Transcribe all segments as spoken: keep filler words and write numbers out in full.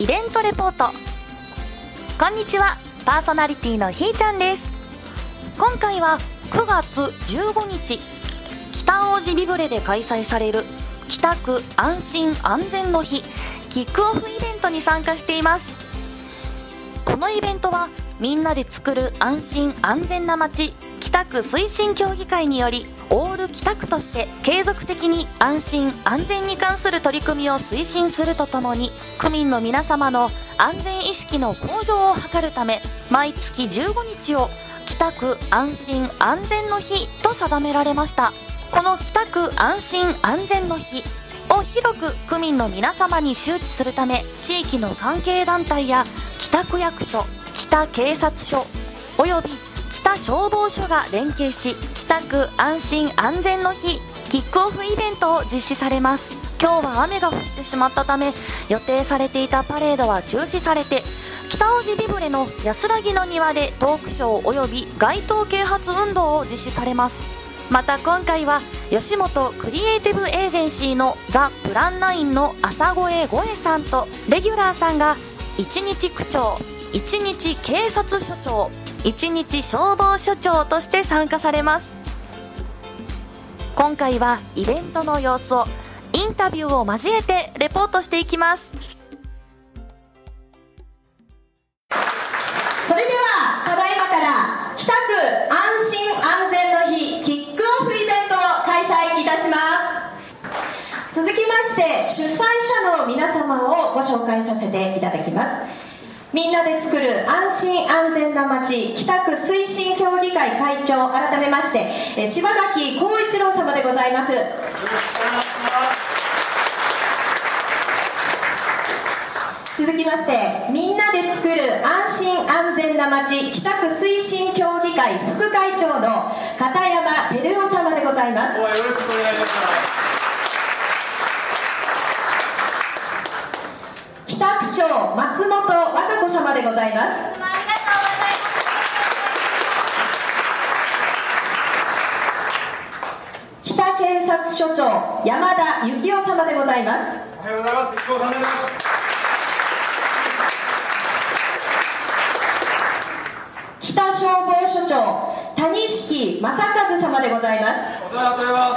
イベントレポート。こんにちは、パーソナリティのひーちゃんです。今回はくがつじゅうごにち、北大路ビブレで開催される北区安心安全の日キックオフイベントに参加しています。このイベントはみんなで作る安心安全な街北区推進協議会により、オール北区として継続的に安心安全に関する取り組みを推進するとともに、区民の皆様の安全意識の向上を図るため、毎月じゅうごにちを北区安心安全の日と定められました。この北区安心安全の日を広く区民の皆様に周知するため、地域の関係団体や北区役所、北警察署および北消防署が連携し、北区安心安全の日キックオフイベントを実施されます。今日は雨が降ってしまったため、予定されていたパレードは中止されて、北大路ビブレの安らぎの庭でトークショーおよび街頭啓発運動を実施されます。また今回は吉本クリエイティブエージェンシーのザ・プランナインの朝越ゴエさんとレギュラーさんがいちにち区長、いちにち警察署長、いちにち消防署長として参加されます。今回はイベントの様子をインタビューを交えてレポートしていきます。 それではただいまから北区安心安全の日キックオフイベントを開催いたします。続きまして主催者の皆様をご紹介させていただきます。みんなで作る安心安全な街北区推進協議会会長、改めまして柴崎浩一郎様でございます。続きましてみんなで作る安心安全な街北区推進協議会副会長の片山照夫様でございます。よろしくお願いします。北区長松本和歌子様でございます。ありがとうございます。北警察署長山田幸雄様でございます。 おはようございます。幸雄さんでございます。 北消防署長谷敷正和様でございます。 おはようございます。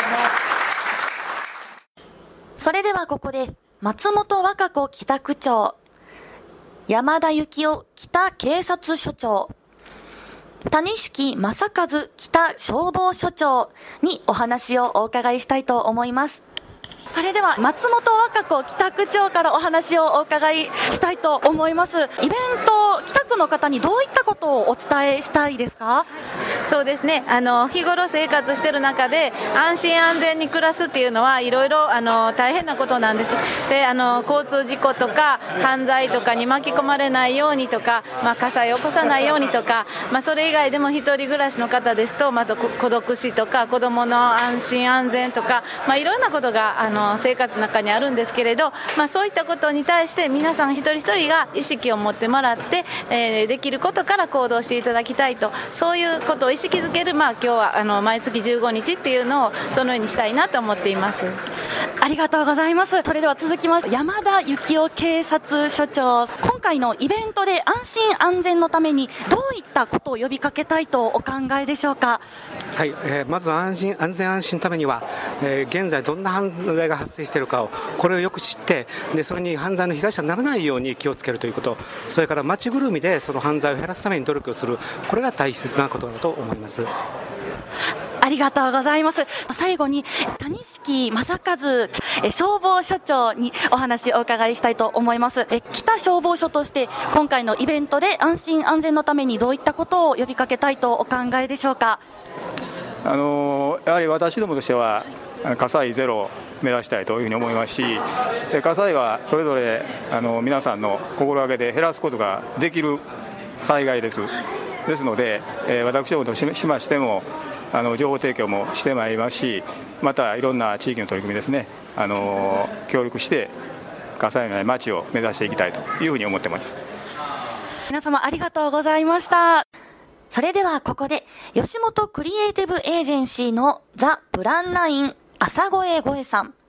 それではここで松本和歌子北区長、山田幸雄北警察署長、谷敷正和北消防署長にお話をお伺いしたいと思います。それでは松本和歌子北区長からお話をお伺いしたいと思います。イベント、北区の方にどういったことをお伝えしたいですか？ そうですね、あの日頃生活している中で安心安全に暮らすっていうのはいろいろあの大変なことなんです。であの交通事故とか犯罪とかに巻き込まれないようにとか、まあ、火災を起こさないようにとか、まあ、それ以外でも一人暮らしの方ですと、また孤独死とか子どもの安心安全とか、まあ、いろんなことがあの生活の中にあるんですけれど、まあ、そういったことに対して皆さん一人一人が意識を持ってもらって、えー、できることから行動していただきたいと、そういうことを意識づける、まあ、今日はあの毎月じゅうごにちっていうのをそのようにしたいなと思っています。 ありがとうございます。それでは続きまして山田幸雄警察署長、今回のイベントで安心安全のためにどういったことを呼びかけたいとお考えでしょうか？ はい、えー、まず安心安全安心のためには、えー、現在どんな犯罪が発生しているかをこれをよく知って、でそれに犯罪の被害者にならないように気をつけるということ、それから町ぐるみでその犯罪を減らすために努力をする、これが大切なことだと思います。 ありがとうございます。最後に谷敷正和消防署長にお話をお伺いしたいと思います。北消防署として今回のイベントで安心安全のためにどういったことを呼びかけたいとお考えでしょうか？ あのやはり私どもとしては火災ゼロを目指したいというふうに思いますし、火災はそれぞれあの皆さんの心がけで減らすことができる災害です。ですので、えー、私どもとしましてもあの情報提供もしてまいりますし、またいろんな地域の取り組みですね、あの協力して火災のない街を目指していきたいというふうに思っています。 皆様ありがとうございました。それではここで吉本クリエイティブエージェンシーのザ・プランナイン朝越ゴエさん、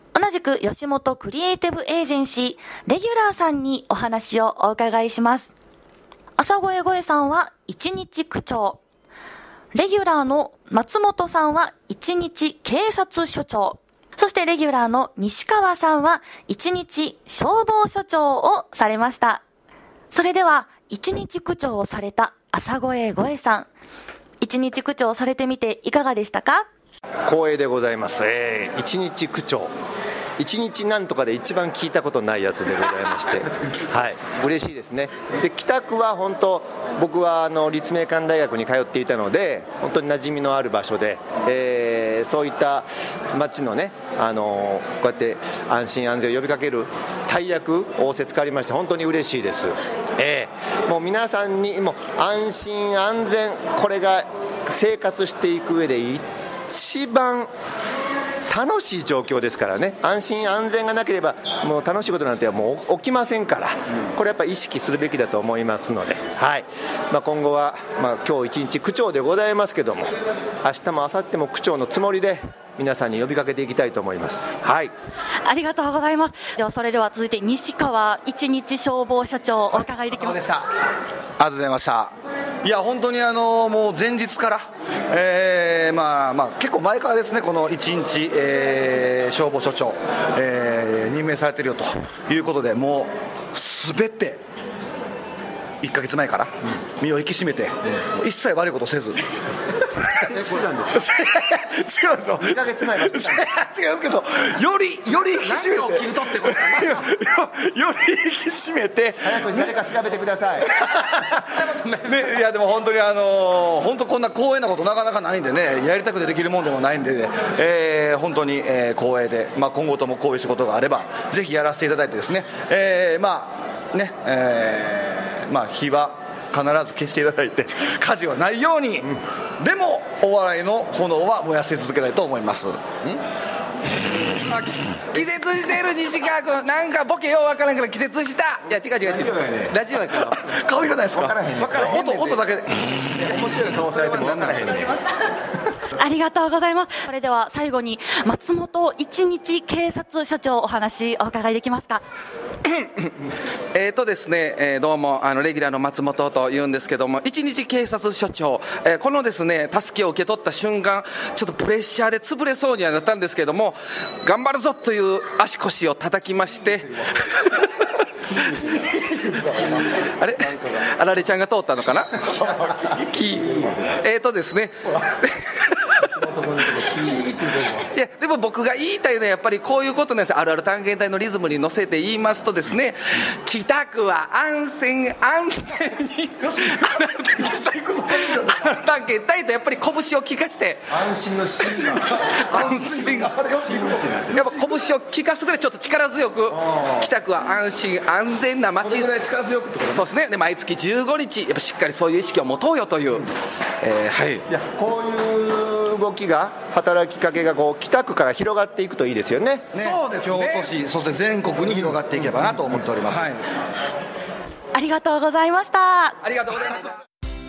同じく吉本クリエイティブエージェンシーレギュラーさんにお話をお伺いします。朝越ゴエさんは一日区長、レギュラーの松本さんは一日警察署長、そしてレギュラーの西川さんは一日消防署長をされました。それでは一日区長をされた朝越ゴエさん、一日区長をされてみていかがでしたか？ 光栄でございます、えー、一日区長、一日なんとかで一番聞いたことないやつでございましてはい、嬉しいですね。で北区は本当僕はあの立命館大学に通っていたので本当に馴染みのある場所で、えー、そういった町のね、あのー、こうやって安心安全を呼びかける大役仰せつかりまして本当に嬉しいです、えー、もう皆さんにも安心安全、これが生活していく上で一番楽しい状況ですからね。安心安全がなければもう楽しいことなんてもう起きませんから、これやっぱり意識するべきだと思いますので、はいまあ、今後は、まあ、今日一日区長でございますけども、明日も明後日も区長のつもりで皆さんに呼びかけていきたいと思います。はい、 ありがとうございます。ではそれでは続いて西川一日消防署長お伺いできますか？ ありがとうございました。いや本当にあのもう前日から、えーまあまあ、結構前からですね、この一日、えー、消防署長、えー、任命されているよということで、もうすべていっかげつまえから身を引き締めて、うん、一切悪いことせずしてたんですか？ 違うんですよ。 にかげつまえはしてたんです違うんですけど、よりより引き締めて何を切り取ってこいかよ, より引き締めて早く誰か調べてくださいね、いやでも本当にあのー、本当こんな光栄なことなかなかないんでね、やりたくてできるもんでもないんで、ねえー、本当に、えー、光栄で、まあ、今後ともこういう仕事があればぜひやらせていただいてですね、えー、まあね、えー、まあ火は必ず消していただいて火事はないように、うん、でもお笑いの炎は燃やし続けたいと思います。ん気絶してる西川君、なんかボケようわからんから気絶した。いや違う違う違う、ラジオやから顔いらないですか？ 分からへん、分からへん、 音, 音だけで面白い顔されても分からへんねありがとうございます。それでは最後に松本一日警察署長お話お伺いできますか？ えーとですね、えー、どうもあのレギュラーの松本というんですけども、一日警察署長、えー、このですね助けを受け取った瞬間、ちょっとプレッシャーで潰れそうにはなったんですけども、頑張るぞという足腰を叩きましてあれあられちゃんが通ったのかなえーとですねいやでも僕が言いたいのはやっぱりこういうことなんです。あるある探検隊のリズムに乗せて言いますとですね、北区は安全安全にある探検隊とやっぱり拳を利かして安心のシーンが安心やっぱ拳を利かすぐらいちょっと力強く、北区は安心安全な街、 これぐらい力強くってことね。 そうですね。で毎月じゅうごにちやっぱしっかりそういう意識を持とうよという、えー、はい。 いやこういう動きが働きかけがこう北区から広がっていくといいですよね。 ね、 そうですね。 京都市そして全国に広がっていけばなと思っております、 はい、 ありがとうございました。 ありがとうございました。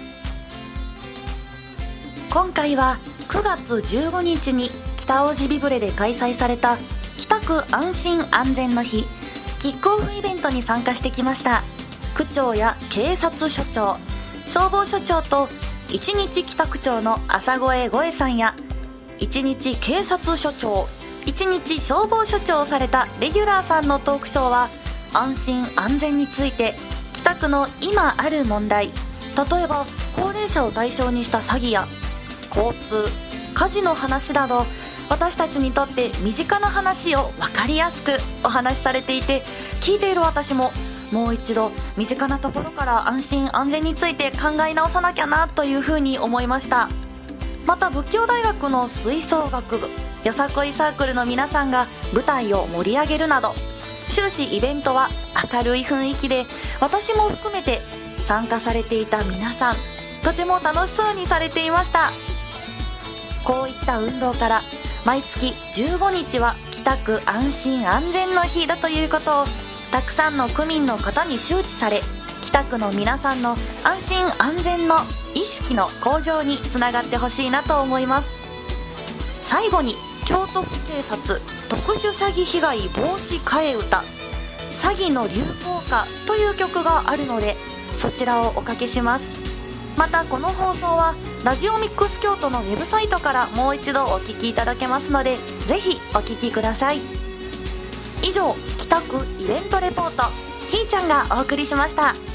今回はくがつじゅうごにちに北大路ビブレで開催された北区安心安全の日キックオフイベントに参加してきました。区長や警察署長、消防署長と一日北区長の朝越ゴエさんや一日警察署長、一日消防署長をされたレギュラーさんのトークショーは、安心安全について北区の今ある問題、例えば高齢者を対象にした詐欺や交通、火事の話など、私たちにとって身近な話を分かりやすくお話しされていて、聞いている私ももう一度身近なところから安心安全について考え直さなきゃなというふうに思いました。また仏教大学の吹奏楽部、よさこいサークルの皆さんが舞台を盛り上げるなど、終始イベントは明るい雰囲気で、私も含めて参加されていた皆さんとても楽しそうにされていました。こういった運動から毎月じゅうごにちは北区安心安全の日だということをたくさんの区民の方に周知され、北区の皆さんの安心安全の意識の向上につながってほしいなと思います。最後に京都府警察特殊詐欺被害防止替え歌詐欺の流行歌という曲があるので、そちらをおかけします。またこの放送はラジオミックス京都のウェブサイトからもう一度お聞きいただけますので、ぜひお聞きください。以上、北区イベントレポートひーちゃんがお送りしました。